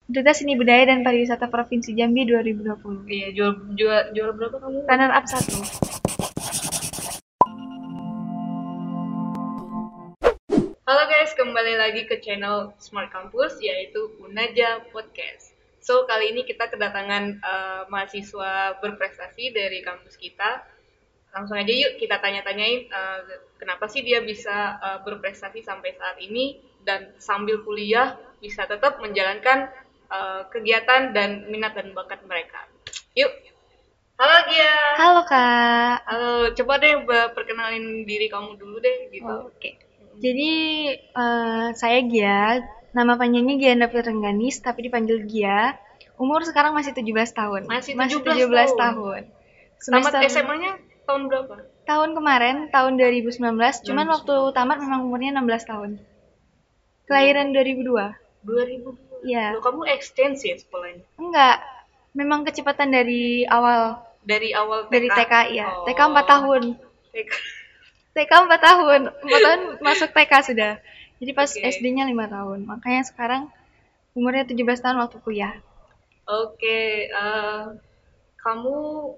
Duta Seni Budaya dan Pariwisata Provinsi Jambi 2020. Iya, jual berapa kamu? Runner up 1. Halo guys, kembali lagi ke channel Smart Campus, yaitu Unaja Podcast. So, kali ini kita kedatangan mahasiswa berprestasi dari kampus kita. Langsung aja yuk kita tanya-tanyain kenapa sih dia bisa berprestasi sampai saat ini dan sambil kuliah bisa tetap menjalankan kegiatan dan minat dan bakat mereka. Yuk, halo Gia. Halo Kak. Halo, coba deh perkenalin diri kamu dulu deh gitu. Oke. Jadi saya Gia, nama panjangnya Gianda Firengganis, tapi dipanggil Gia. Umur sekarang masih 17 tahun. Masih 17 tahun. Tamat SMA-nya tahun berapa? Tahun kemarin, tahun 2019, cuman waktu tamat memang umurnya 16 tahun. Kelahiran 2002. 2002. Iya. Loh, kamu exchange ya sekolahnya? Enggak. Memang kecepatan dari awal. Dari awal TK? Dari TK, ya. Oh. TK 4 tahun. TK 4 tahun. 4 tahun masuk TK sudah. Jadi pas SD-nya 5 tahun. Makanya sekarang umurnya 17 tahun waktu kuliah. Oke, kamu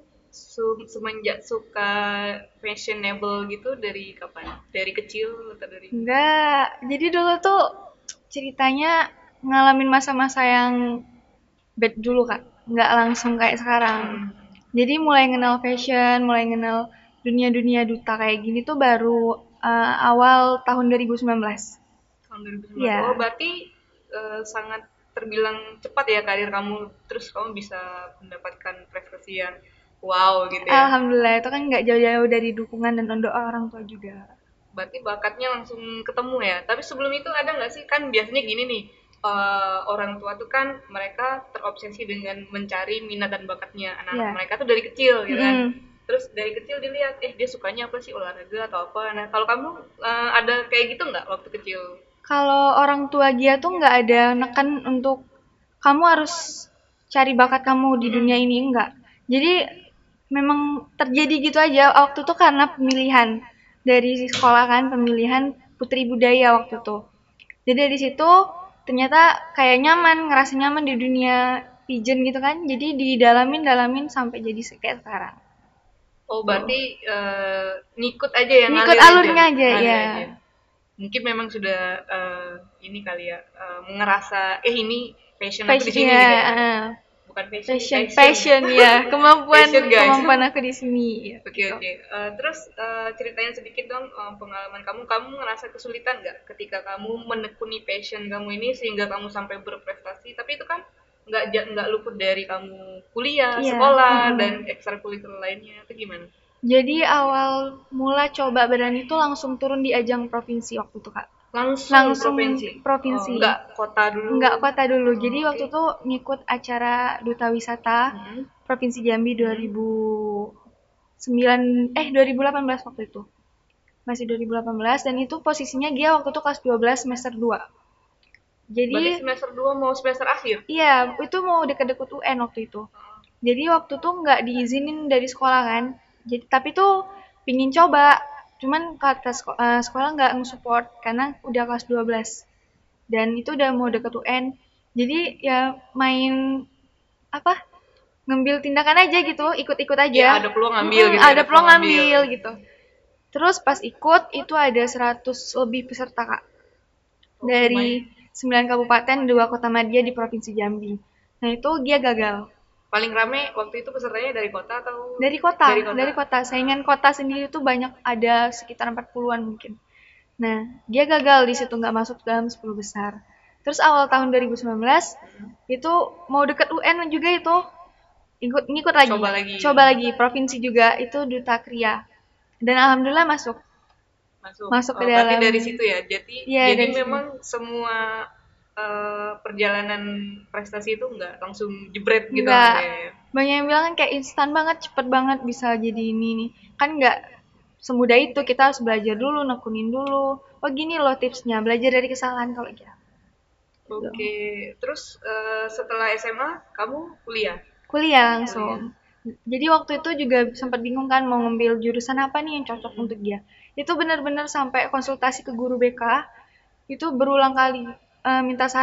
semenjak suka fashionable gitu dari kapan? Dari kecil atau dari? Enggak. Jadi dulu tuh ceritanya ngalamin masa-masa yang bad dulu Kak. Enggak langsung kayak sekarang. Jadi mulai kenal fashion, mulai kenal dunia-dunia duta kayak gini tuh baru awal tahun 2019. Tahun 2019. Yeah. Oh, berarti sangat terbilang cepat ya karir kamu, terus kamu bisa mendapatkan prestasi yang wow gitu ya. Alhamdulillah, itu kan nggak jauh-jauh dari dukungan dan doa orang tua juga. Berarti bakatnya langsung ketemu ya. Tapi sebelum itu ada nggak sih, kan biasanya gini nih, orang tua tuh kan mereka terobsesi dengan mencari minat dan bakatnya anak-anak mereka tuh dari kecil gitu kan. Terus dari kecil dilihat, dia sukanya apa sih, olahraga atau apa. Nah kalau kamu ada kayak gitu nggak waktu kecil? Kalau orang tua dia tuh nggak ada neken untuk kamu harus cari bakat kamu di dunia ini, enggak. Jadi memang terjadi gitu aja. Waktu itu karena pemilihan dari sekolah kan, pemilihan putri budaya waktu itu. Jadi dari situ ternyata kayak nyaman, ngerasa nyaman di dunia pigeon gitu kan. Jadi didalamin sampai jadi kayak sekarang. Oh berarti ngikut aja ya, ngikut alurnya aja ya. Mungkin memang sudah ini kali ya, ngerasa ini passion aku di sini gitu ya. Bukan passion ya, kemampuan aku di sini. Oke. Terus ceritain sedikit dong pengalaman kamu ngerasa kesulitan nggak ketika kamu menekuni passion kamu ini sehingga kamu sampai berprestasi, tapi itu kan nggak luput dari kamu kuliah, sekolah dan ekstrakurikuler lainnya, itu gimana? Jadi awal mula coba berani itu langsung turun di ajang provinsi waktu itu Kak. Langsung provinsi. Oh, enggak kota dulu? Enggak kota dulu. Jadi waktu itu ngikut acara Duta Wisata Provinsi Jambi 2018 waktu itu. Masih 2018 dan itu posisinya dia waktu itu kelas 12 semester 2. Jadi berarti semester 2 mau semester akhir? Iya, itu mau deket-deket UN waktu itu. Jadi waktu itu nggak diizinin dari sekolah kan. Jadi tapi tuh pingin coba, cuman kata sekolah nggak nge-support karena udah kelas 12 dan itu udah mau deket UN. Jadi ya main ngambil tindakan aja gitu, ikut-ikut aja. Ya, ada peluang ngambil gitu. Ada peluang ngambil gitu. Terus pas ikut itu ada 100 lebih peserta Kak. Dari 9 kabupaten, 2 kota madya di Provinsi Jambi. Nah itu dia gagal. Paling rame waktu itu pesertanya dari kota atau? Dari kota. Saingan kota sendiri tuh banyak, ada sekitar 40-an mungkin. Nah, dia gagal di situ, nggak masuk dalam 10 besar. Terus awal tahun 2019 itu mau deket UN juga itu ngikut lagi. Coba lagi provinsi juga itu Duta Kriya. Dan alhamdulillah masuk ke dalam. Berarti dari situ ya. Jadi memang semua perjalanan prestasi itu nggak langsung jebret gitu ya. Banyak yang bilang kan kayak instan banget, cepet banget bisa jadi ini nih. Kan nggak semudah itu, kita harus belajar dulu, nekunin dulu. Oh gini loh tipsnya, belajar dari kesalahan kalau gitu. Oke. Terus setelah SMA kamu kuliah? Kuliah langsung. Jadi waktu itu juga sempat bingung kan mau ngambil jurusan apa nih yang cocok untuk dia. Itu benar-benar sampai konsultasi ke guru BK, itu berulang kali minta saran,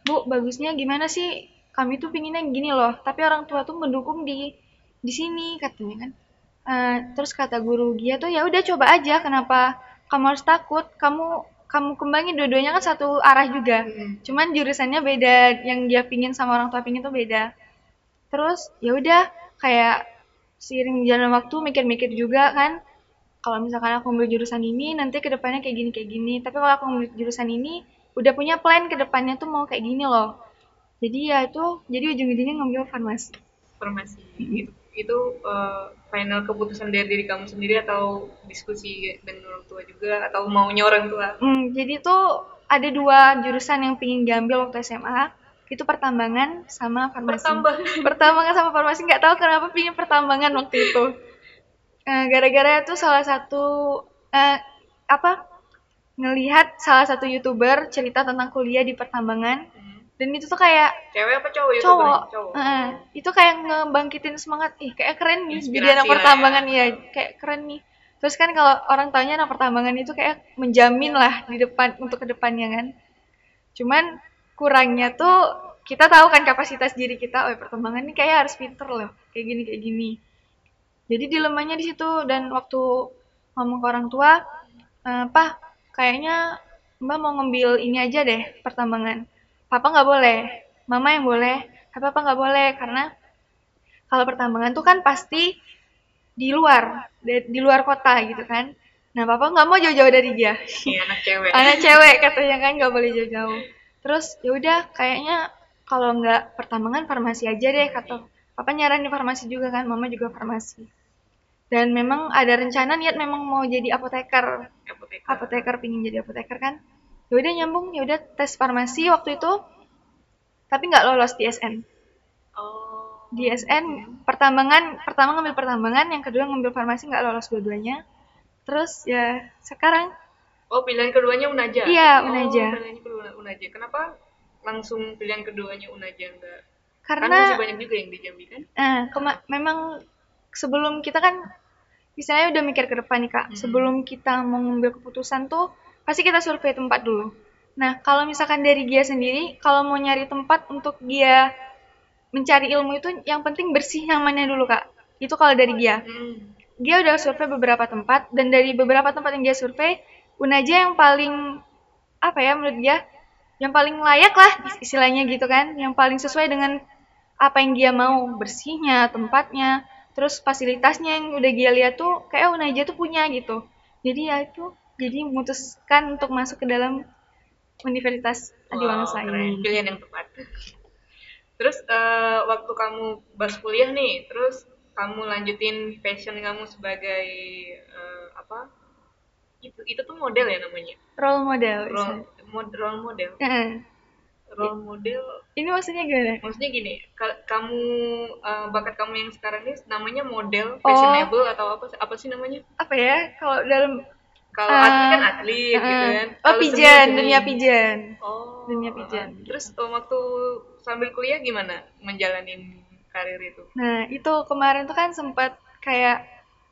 Bu, bagusnya gimana sih? Kami tuh pinginnya gini loh, tapi orang tua tuh mendukung di sini katanya kan. Terus kata guru dia tuh ya udah coba aja, kenapa kamu harus takut? Kamu kembangin dua-duanya kan satu arah juga. Cuman jurusannya beda, yang dia pingin sama orang tua pingin tuh beda. Terus ya udah kayak seiring jalan waktu mikir-mikir juga kan, kalau misalkan aku ambil jurusan ini nanti kedepannya kayak gini, tapi kalau aku ambil jurusan ini udah punya plan kedepannya tuh mau kayak gini loh. Jadi ya itu, jadi ujung-ujungnya ngambil farmasi. Farmasi itu final keputusan dari diri kamu sendiri atau diskusi dengan orang tua juga atau maunya orang tua? Jadi tuh ada dua jurusan yang pingin diambil waktu SMA, itu pertambangan sama farmasi. Pertambangan sama farmasi, nggak tahu kenapa pingin pertambangan waktu itu. Gara-gara itu salah satu apa ngelihat salah satu YouTuber cerita tentang kuliah di pertambangan, dan itu tuh kayak cewek apa cowok? Cowok. Itu kayak ngebangkitin semangat, kayak keren nih jadi anak pertambangan ya, kayak keren nih. Terus kan kalau orang taunya anak pertambangan itu kayak menjamin lah di depan untuk kedepannya kan. Cuman kurangnya tuh kita tahu kan kapasitas diri kita, pertambangan ini kayak harus pinter loh, kayak gini. Jadi dilemanya di situ, dan waktu ngomong ke orang tua, "Pak, kayaknya Mbak mau ngambil ini aja deh, pertambangan." Papa nggak boleh, Mama yang boleh, tapi Papa nggak boleh karena kalau pertambangan tuh kan pasti di luar kota gitu kan. Nah, Papa nggak mau jauh-jauh dari dia. Iya, anak cewek. Anak cewek katanya kan nggak boleh jauh-jauh. Terus ya udah kayaknya kalau nggak pertambangan farmasi aja deh kata Papa, nyaranin farmasi juga kan, Mama juga farmasi. Dan memang ada rencana niat memang mau jadi apoteker. Apoteker pingin jadi apoteker kan. Ya udah nyambung, ya udah tes farmasi waktu itu, tapi nggak lolos di SN. Di SN pertama ngambil pertambangan, yang kedua ngambil farmasi, nggak lolos dua-duanya. Terus ya sekarang. Pilihan keduanya Unaja? Iya, Unaja. Pilihannya kedua Unaja. Kenapa langsung pilihan keduanya Unaja enggak? Karena kan masih banyak juga yang di Jambi kan? Memang sebelum kita kan misalnya udah mikir ke depan nih Kak, sebelum kita mau ngambil keputusan tuh pasti kita survei tempat dulu. Nah, kalau misalkan dari Gia sendiri, kalau mau nyari tempat untuk Gia mencari ilmu itu yang penting bersih nyamannya dulu Kak. Itu kalau dari Gia. Gia udah survei beberapa tempat, dan dari beberapa tempat yang Gia survei, Unaja yang paling apa ya menurut Gia, yang paling layak lah istilahnya gitu kan, yang paling sesuai dengan apa yang Gia mau, bersihnya, tempatnya, terus fasilitasnya yang udah Gia lihat tuh kayak Unaja tuh punya gitu. Jadi ya itu, jadi memutuskan untuk masuk ke dalam Universitas Adiwangsa ini. Pilihan yang tepat. Terus waktu kamu pas kuliah nih, terus kamu lanjutin passion kamu sebagai apa? Itu tuh model ya namanya? Role model. Role model. Role model. Ini maksudnya gimana? Maksudnya gini, kamu bakat kamu yang sekarang ini namanya model, fashionable atau apa sih namanya? Apa ya? Kalau dalam atlet kan atlet gitu kan. Pijan, dunia pijan. Dunia pijan. Terus waktu sambil kuliah gimana menjalanin karir itu? Nah, itu kemarin tuh kan sempat kayak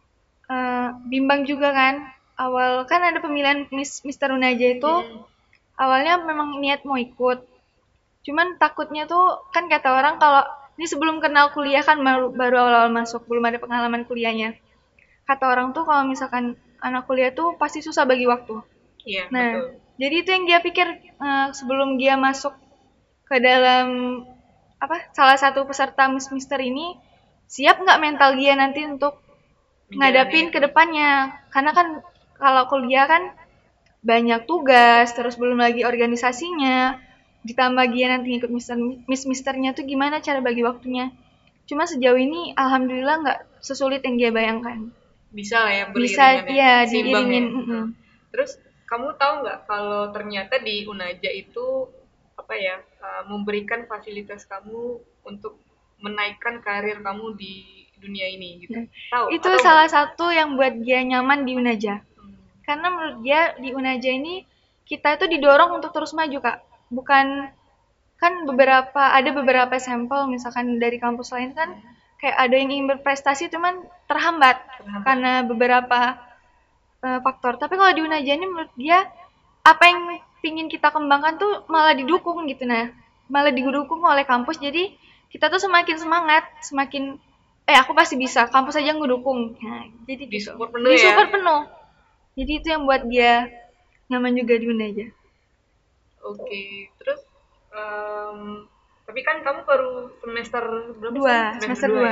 bimbang juga kan. Awal kan ada pemilihan Mister Unaja itu, awalnya memang niat mau ikut. Cuman takutnya tuh kan kata orang kalau ini sebelum kenal kuliah kan baru awal-awal masuk, belum ada pengalaman kuliahnya. Kata orang tuh kalau misalkan anak kuliah tuh pasti susah bagi waktu. Iya, nah, betul. Jadi itu yang dia pikir sebelum dia masuk ke dalam salah satu peserta Mister ini, siap nggak mental dia nanti untuk ngadapin ke depannya. Karena kan kalau kuliah kan banyak tugas, terus belum lagi organisasinya, ditambah dia nanti ngikut misternya tuh gimana cara bagi waktunya. Cuma sejauh ini alhamdulillah nggak sesulit yang dia bayangkan. Bisa lah ya beriringan. Bisa ya diiringin. Ya. Terus kamu tahu nggak kalau ternyata di Unaja itu memberikan fasilitas kamu untuk menaikkan karir kamu di dunia ini gitu. Tahu? Itu salah satu yang buat dia nyaman di Unaja. Karena menurut dia di Unaja ini kita itu didorong untuk terus maju Kak. Bukan kan ada beberapa sampel misalkan dari kampus lain kan kayak ada yang ingin berprestasi cuman terhambat karena beberapa faktor. Tapi kalau di Unaja ini menurut dia apa yang pingin kita kembangkan tuh malah didukung gitu. Nah, malah didukung oleh kampus, jadi kita tuh semakin semangat, semakin aku pasti bisa, kampus aja ngedukung. Nah, jadi gitu. Disupport penuh ya. Disupport penuh. Jadi itu yang buat dia nyaman juga di Unaja. Oke, terus tapi kan kamu baru semester berapa sih? Semester 2. Ya?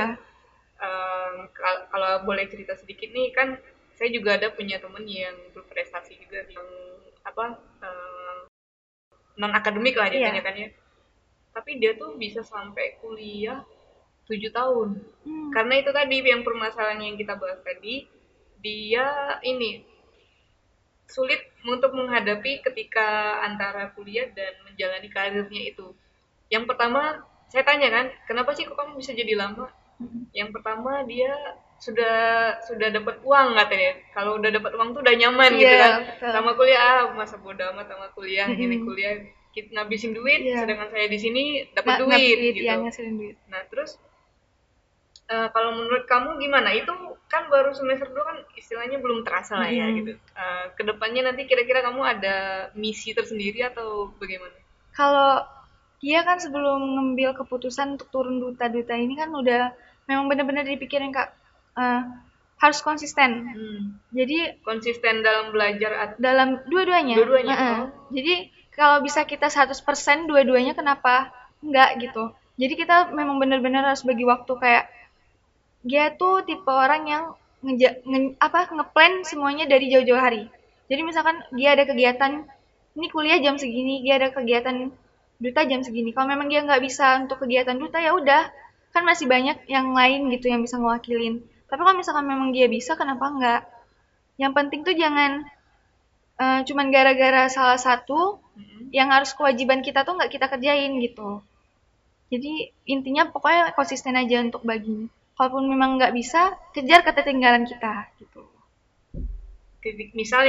Kalau boleh cerita sedikit nih, kan saya juga ada punya temen yang berprestasi juga, yang apa non akademik lah jadinya kan ya. Tapi dia tuh bisa sampai kuliah 7 tahun. Karena itu tadi yang permasalahan yang kita bahas tadi, dia ini sulit untuk menghadapi ketika antara kuliah dan menjalani karirnya itu. Yang pertama, saya tanya kan, kenapa sih kok kamu bisa jadi lama? Yang pertama, dia sudah dapat uang katanya. Kalau udah dapat uang tuh udah nyaman gitu kan. Betul. Sama kuliah, masa bodo amat sama kuliah, ini kuliah kita ngabisin duit, sedangkan saya di sini dapat duit gitu. Duit. Nah, terus kalau menurut kamu gimana? Itu kan baru semester 2 kan istilahnya belum terasa lah ya gitu. Kedepannya nanti kira-kira kamu ada misi tersendiri atau bagaimana? Kalau dia kan sebelum ngambil keputusan untuk turun duta-duta ini kan udah memang benar-benar dipikirin Kak, harus konsisten. Jadi konsisten dalam belajar dalam dua-duanya. Jadi kalau bisa kita 100% dua-duanya, kenapa enggak gitu. Jadi kita memang benar-benar harus bagi waktu, kayak dia tuh tipe orang yang ngeplan semuanya dari jauh-jauh hari. Jadi misalkan dia ada kegiatan, ini kuliah jam segini, dia ada kegiatan duta jam segini. Kalau memang dia nggak bisa untuk kegiatan duta, ya udah, kan masih banyak yang lain gitu yang bisa ngewakilin. Tapi kalau misalkan memang dia bisa, kenapa enggak? Yang penting tuh jangan cuman gara-gara salah satu yang harus kewajiban kita tuh nggak kita kerjain gitu. Jadi intinya pokoknya konsisten aja untuk bagi. Kalaupun memang nggak bisa, kejar ketertinggalan kita gitu. Misal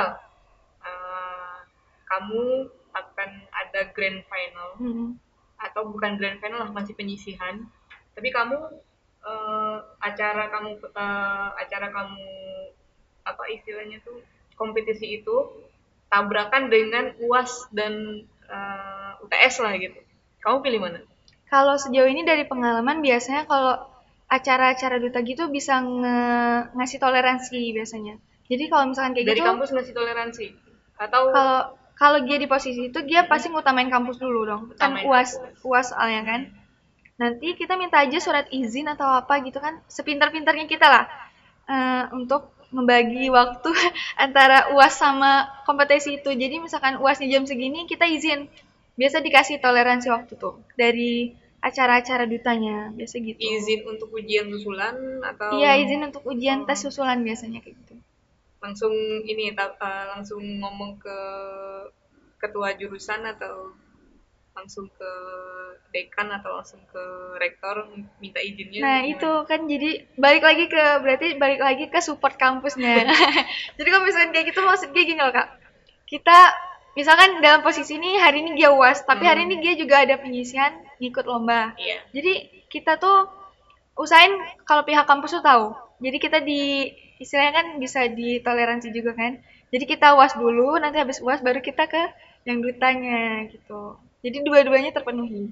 kamu akan ada grand final atau bukan grand final lah, masih penyisihan, tapi kamu acara kamu apa istilahnya tuh kompetisi itu tabrakan dengan UAS dan UTS lah gitu. Kamu pilih mana? Kalau sejauh ini dari pengalaman, biasanya kalau acara-acara duta gitu bisa ngasih toleransi biasanya. Jadi kalau misalkan kayak dari gitu, kampus ngasih toleransi atau kalau dia di posisi itu, dia pasti ngutamain kampus dulu dong. Kan UAS soalnya kan. Nanti kita minta aja surat izin atau apa gitu kan, sepintar-pintarnya kita lah, untuk membagi waktu antara UAS sama kompetisi itu. Jadi misalkan UASnya jam segini, kita izin. Biasa dikasih toleransi waktu tuh dari acara-acara dutanya, biasa gitu. Izin untuk ujian susulan atau? Iya, izin untuk ujian tes susulan biasanya kayak gitu. Langsung ini langsung ngomong ke ketua jurusan atau langsung ke dekan atau langsung ke rektor minta izinnya? Nah gimana? Itu kan jadi balik lagi ke support kampusnya. Jadi kalau misalkan kayak gitu, maksudnya gini loh Kak, kita misalkan dalam posisi ini hari ini dia UAS, tapi hari ini dia juga ada penyisihan ngikut lomba. Jadi kita tuh usahain kalau pihak kampus tuh tahu. Jadi kita istilahnya kan bisa ditoleransi juga kan. Jadi kita UAS dulu, nanti habis UAS baru kita ke yang dutanya gitu. Jadi dua-duanya terpenuhi.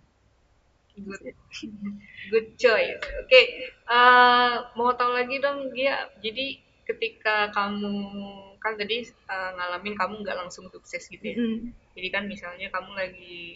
Good choice. Oke, mau tahu lagi dong Gia. Jadi ketika kamu kan tadi ngalamin kamu nggak langsung sukses gitu ya. Jadi kan misalnya kamu lagi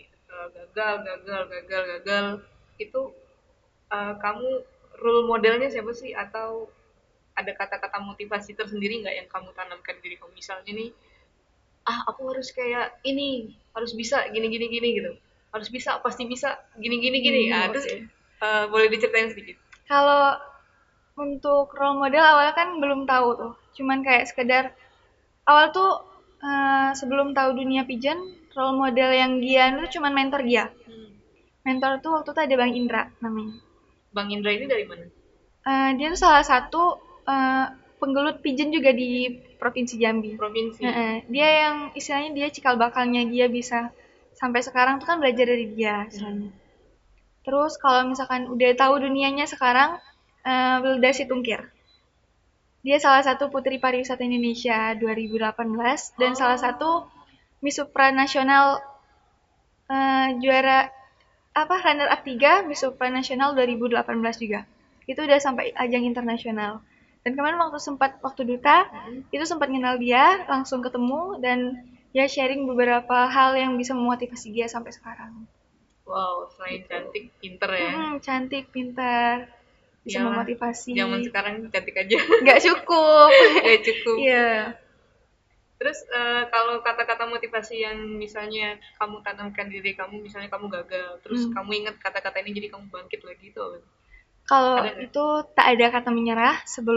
gagal, itu kamu role modelnya siapa sih, atau ada kata-kata motivasi tersendiri nggak yang kamu tanamkan diri kamu? Misalnya nih, aku harus kayak ini, harus bisa gini gitu, harus bisa, pasti bisa gini. Terus boleh diceritain sedikit? Kalau untuk role model awalnya kan belum tahu tuh, cuman kayak sekedar awal tuh sebelum tahu dunia pigeon, role model yang Gian itu cuman mentor dia. Mentor tuh waktu itu ada Bang Indra namanya. Bang Indra ini dari mana? Dia tuh salah satu penggelut pigeon juga di Provinsi Jambi. Dia yang istilahnya dia cikal bakalnya dia bisa sampai sekarang tuh kan belajar dari dia istilahnya. Terus kalau misalkan udah tahu dunianya sekarang, Wilda Situngkir. Dia salah satu Putri Pariwisata Indonesia 2018 dan salah satu Miss Supranasional juara runner up 3 Miss Supranasional 2018 juga. Itu udah sampai ajang internasional. Dan kemarin waktu duta, itu sempat kenal dia, langsung ketemu dan ya sharing beberapa hal yang bisa memotivasi dia sampai sekarang. Wow, selain cantik, pinter ya. Cantik, pintar, bisa memotivasi. Zaman sekarang cantik aja. Nggak cukup. Nggak cukup. Iya. Terus kalau kata-kata motivasi yang misalnya kamu tanamkan di diri kamu, misalnya kamu gagal, terus kamu ingat kata-kata ini jadi kamu bangkit lagi itu apa? Kalau itu tak ada kata menyerah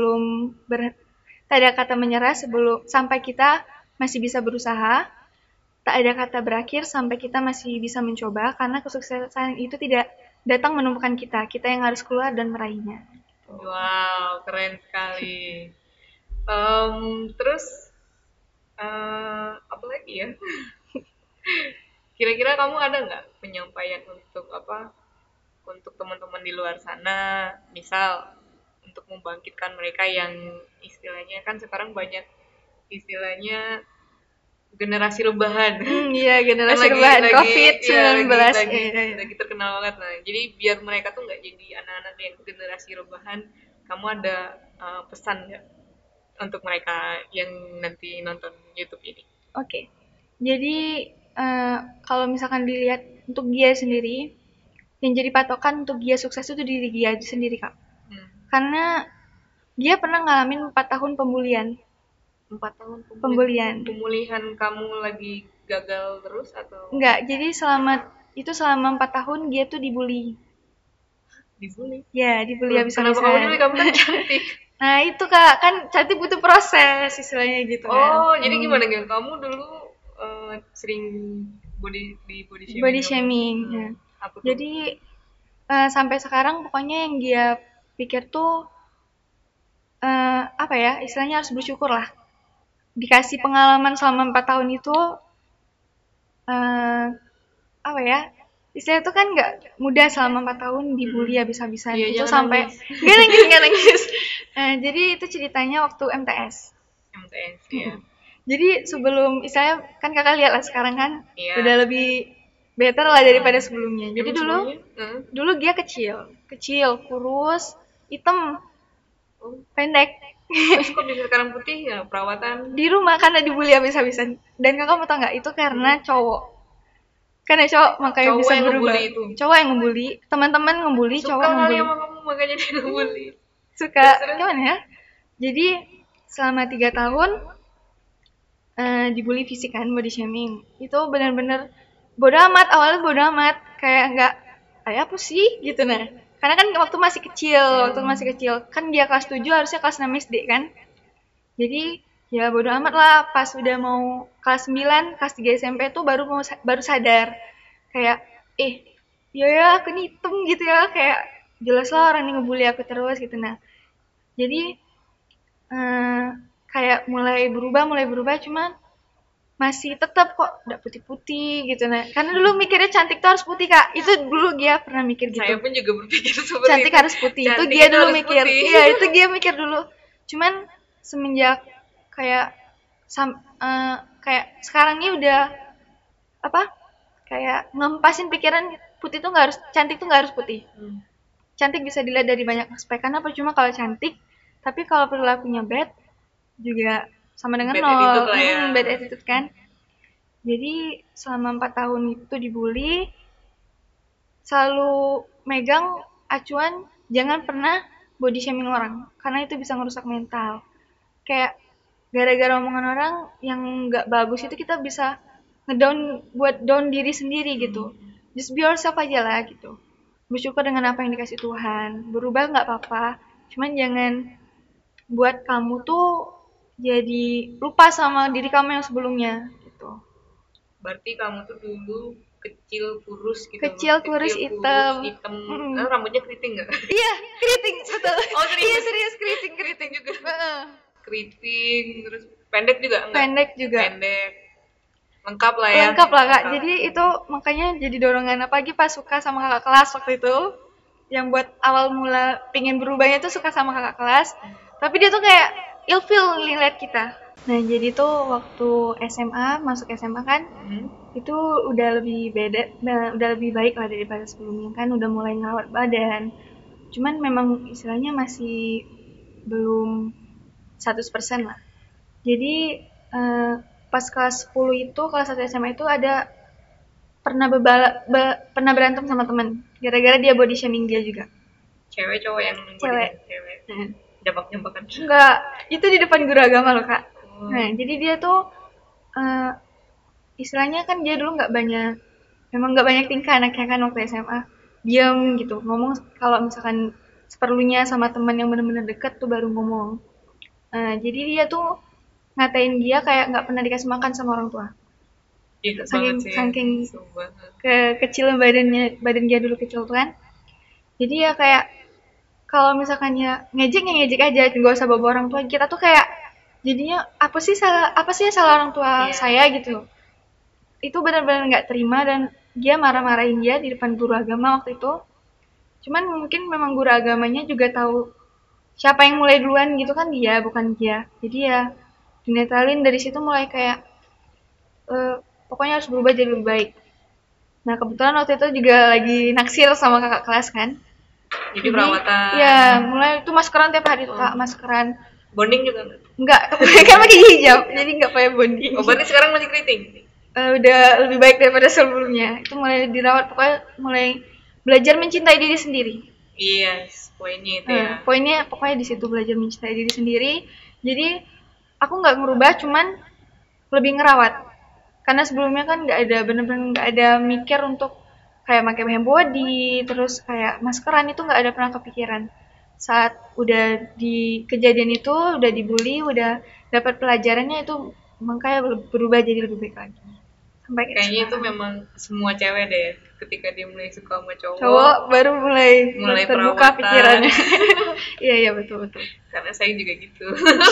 sebelum sampai kita masih bisa berusaha. Tak ada kata berakhir sampai kita masih bisa mencoba, karena kesuksesan itu tidak datang menemukan kita yang harus keluar dan meraihnya. Wow, keren sekali. Terus apa lagi ya? Kira-kira kamu ada nggak penyampaian untuk teman-teman di luar sana, misal untuk membangkitkan mereka yang istilahnya kan sekarang banyak istilahnya generasi rebahan. Iya, generasi rebahan COVID-19. Lagi terkenal banget. Nah, jadi biar mereka tuh nggak jadi anak-anak yang generasi rebahan, kamu ada pesan nggak untuk mereka yang nanti nonton YouTube ini? Oke. Jadi kalau misalkan dilihat untuk dia sendiri, yang jadi patokan untuk dia sukses itu diri dia sendiri, Kak. Karena dia pernah ngalamin 4 tahun pembulian. 4 tahun pembulian. Pemulihan kamu lagi gagal terus atau? Enggak, jadi selama 4 tahun dia tuh dibully. Dibully? Ya, dibully habis-habisan. Kenapa kamu dibully? Kamu kan cantik. Nah itu Kak, kan cantik butuh proses istilahnya gitu kan. Oh, jadi gimana gitu? Kamu dulu sering body shaming? Body shaming. Ya. Jadi sampai sekarang pokoknya yang dia pikir tuh istilahnya harus bersyukur lah. Dikasih pengalaman selama 4 tahun itu istilahnya itu kan nggak mudah selama 4 tahun dibully habis-habisan. Itu sampai nggak nangis. Jadi itu ceritanya waktu MTS ya. Jadi sebelum istilahnya kan kakak lihat lah sekarang kan udah lebih better lah daripada sebelumnya. Jadi dulu dia kecil, kurus, hitam, pendek. Terus kok bisa sekarang putih ya, perawatan? Di rumah karena dibully habis-habisan. Dan kakak mau tau nggak, itu karena cowok. Karena cowok makanya bisa berubah. Cowok yang ngebully, teman-teman ngebully, cowok ngebully. Suka kali sama kamu makanya dia ngebully. Suka, gimana ya? Jadi selama 3 tahun dibully fisik kan, body shaming. Itu benar-benar bodoh amat, awalnya bodoh amat. Kayak nggak, apa sih gitu nah. Karena kan waktu masih kecil, kan dia kelas 7 harusnya kelas 6 SD kan. Jadi ya bodo amat lah, pas udah mau kelas 9, kelas 3 SMP tuh baru sadar. Kayak, ya aku nih hitam gitu ya, kayak jelas lah orang ini ngebully aku terus gitu nah. Jadi kayak mulai berubah cuman masih tetap kok udah putih-putih gitu nah. Karena dulu mikirnya cantik tuh harus putih Kak. Itu dulu dia pernah mikir gitu. Saya pun juga berpikir seperti cantik itu. Harus putih. Cantik itu dia dulu mikir. Iya, itu dia mikir dulu. Cuman semenjak kayak sekarang ini udah kayak ngempasin pikiran putih tuh nggak harus, cantik tuh nggak harus putih. Cantik bisa dilihat dari banyak aspek. Karena percuma kalau cantik, tapi kalau perilakunya bad juga sama dengan bad attitude kan. Jadi selama 4 tahun itu dibully, selalu megang acuan jangan pernah body shaming orang, karena itu bisa ngerusak mental. Kayak gara-gara omongan orang yang nggak bagus itu kita bisa buat down diri sendiri gitu. Just be yourself aja lah gitu. Bersyukur dengan apa yang dikasih Tuhan. Berubah nggak apa-apa, cuman jangan buat kamu tuh jadi lupa sama diri kamu yang sebelumnya gitu. Berarti kamu tuh dulu kecil kurus gitu. Kurus hitam. Rambutnya keriting nggak? Iya, keriting betul. Oh serius? Iya serius, keriting juga. Keriting, terus pendek juga enggak? Pendek juga. Lengkap lah ya. Lengkap lah Kak. Jadi itu makanya jadi dorongan, apalagi pas suka sama kakak kelas waktu itu. Yang buat awal mula pingin berubahnya tuh suka sama kakak kelas. Tapi dia tuh kayak ilfeel lihat kita. Nah, jadi tuh waktu SMA, masuk SMA kan, itu udah lebih beda, udah lebih baik lah daripada sebelumnya kan, udah mulai ngerawat badan. Cuman memang istilahnya masih belum 100% lah. Jadi pas kelas 10 itu, kelas 1 SMA itu ada pernah berantem sama temen gara-gara dia body shaming dia juga. Cewek cowok yang Cewek. cewek. Nah, Jambak-jambakan. enggak, itu di depan guru agama loh kak. Nah, jadi dia tuh eh, istilahnya kan dia dulu memang nggak banyak tingkah anaknya kan waktu SMA, diam gitu, ngomong kalau misalkan seperlunya sama teman yang benar-benar deket tuh baru ngomong. Jadi dia tuh ngatain dia kayak nggak pernah dikasih makan sama orang tua, Iya banget saking sih. saking Sumpah. kecil badan dia dulu kecil tuh kan. Jadi ya kayak kalau misalkan ya ngejek aja, nggak usah bawa orang tua. Kita tuh kayak jadinya apa sih salah orang tua Iya. saya gitu. Itu benar-benar nggak terima dan dia marah-marahin dia di depan guru agama waktu itu. Cuman mungkin memang guru agamanya juga tahu siapa yang mulai duluan gitu kan, dia bukan dia. Jadi ya dinetralin dari situ, mulai kayak eh, pokoknya harus berubah jadi lebih baik. Nah, kebetulan waktu itu juga lagi naksir sama kakak kelas kan. Jadi perawatan. Ya mulai itu maskeran tiap hari tuh kak, maskeran. Bonding juga nggak? Enggak, kan pakai hijab, jadi enggak pakai bonding. Oh, berarti sekarang masih keriting? Udah lebih baik daripada sebelumnya. Itu mulai dirawat, pokoknya mulai belajar mencintai diri sendiri. Yes, poinnya itu ya. Poinnya pokoknya di situ, belajar mencintai diri sendiri. Jadi aku nggak merubah, cuman lebih ngerawat. Karena sebelumnya kan nggak ada, bener-bener nggak ada mikir untuk kayak pakai body, terus kayak maskeran, itu nggak ada pernah kepikiran. Saat udah di kejadian itu, udah dibully, udah dapat pelajarannya, itu makanya berubah jadi lebih baik lagi. Sampai Kayaknya itu memang semua cewek deh, ketika dia mulai suka sama cowok baru mulai terbuka perawatan. pikirannya. Iya iya, betul betul. Karena saya juga gitu.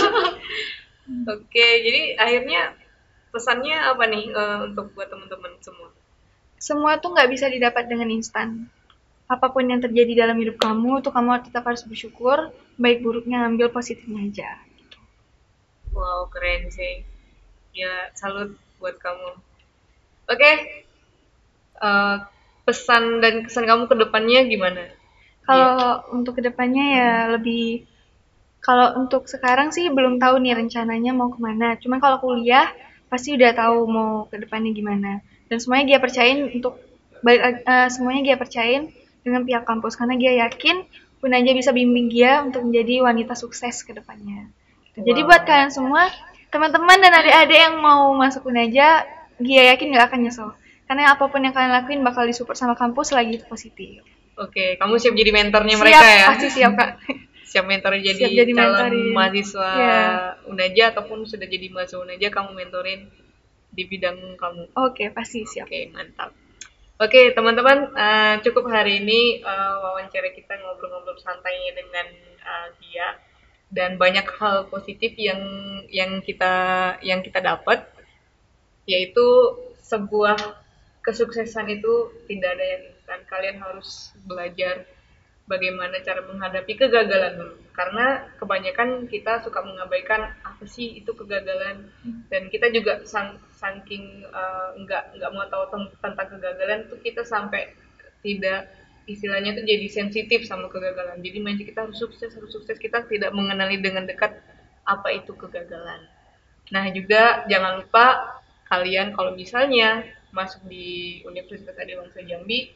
Oke, jadi akhirnya pesannya apa nih untuk buat teman-teman semua? Semua tuh nggak bisa didapat dengan instan. Apapun yang terjadi dalam hidup kamu tuh kamu tetap harus bersyukur, baik buruknya ambil positifnya aja. Wow, keren sih. Ya, salut buat kamu. Oke, eh, pesan dan kesan kamu ke depannya gimana? Kalau untuk kedepannya ya lebih, kalau untuk sekarang sih belum tahu nih rencananya mau kemana. Cuman kalau kuliah pasti udah tahu mau kedepannya gimana. Dan semuanya dia percayain untuk semuanya dia percayain dengan pihak kampus karena dia yakin pun aja bisa bimbing dia untuk menjadi wanita sukses ke depannya. Jadi buat kalian semua, teman-teman dan adik-adik yang mau masuk Unaja, dia yakin gak akan nyesel. Karena apapun yang kalian lakuin bakal disupport sama kampus lagi itu positif. Oke, kamu siap jadi mentornya Siap, mereka ya? pasti siap kak. Siap mentorin jadi, Siap jadi calon mentorin. mahasiswa Iya. Unaja ataupun sudah jadi mahasiswa Unaja, kamu mentorin di bidang kamu. Oke, pasti siap. Oke, mantap. Oke, teman-teman, cukup hari ini wawancara kita ngobrol-ngobrol santai dengan dia, dan banyak hal positif yang kita dapat, yaitu sebuah kesuksesan itu tidak ada yang instan. Kalian harus belajar bagaimana cara menghadapi kegagalan dulu, karena kebanyakan kita suka mengabaikan apa sih itu kegagalan, dan kita juga saking nggak mau tahu tentang kegagalan tuh kita sampai tidak, istilahnya tuh jadi sensitif sama kegagalan. Jadi mindset kita harus sukses, kita tidak mengenali dengan dekat apa itu kegagalan. Nah, juga jangan lupa kalian kalau misalnya masuk di Universitas Adiwangsa Jambi,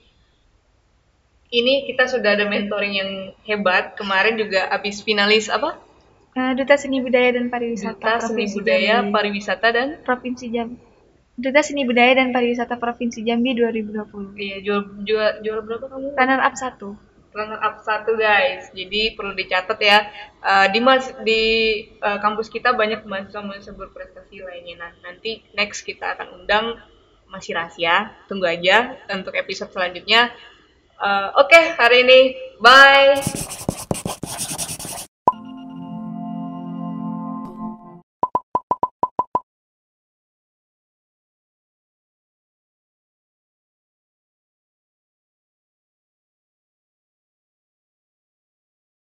ini kita sudah ada mentoring yang hebat. Kemarin juga habis finalis apa? Duta Seni Budaya dan Pariwisata Duta Seni Provinsi Budaya, Jambi. Pariwisata dan Provinsi Jambi. Duta Seni Budaya dan Pariwisata Provinsi Jambi 2020. iya, juara berapa kamu? Runner up 1. Runner up 1 guys. Jadi perlu dicatat ya. Di kampus kita banyak mahasiswa-mahasiswa berprestasi lainnya. Nah, nanti next kita akan undang, masih rahasia. Tunggu aja untuk episode selanjutnya. Oke, hari ini bye.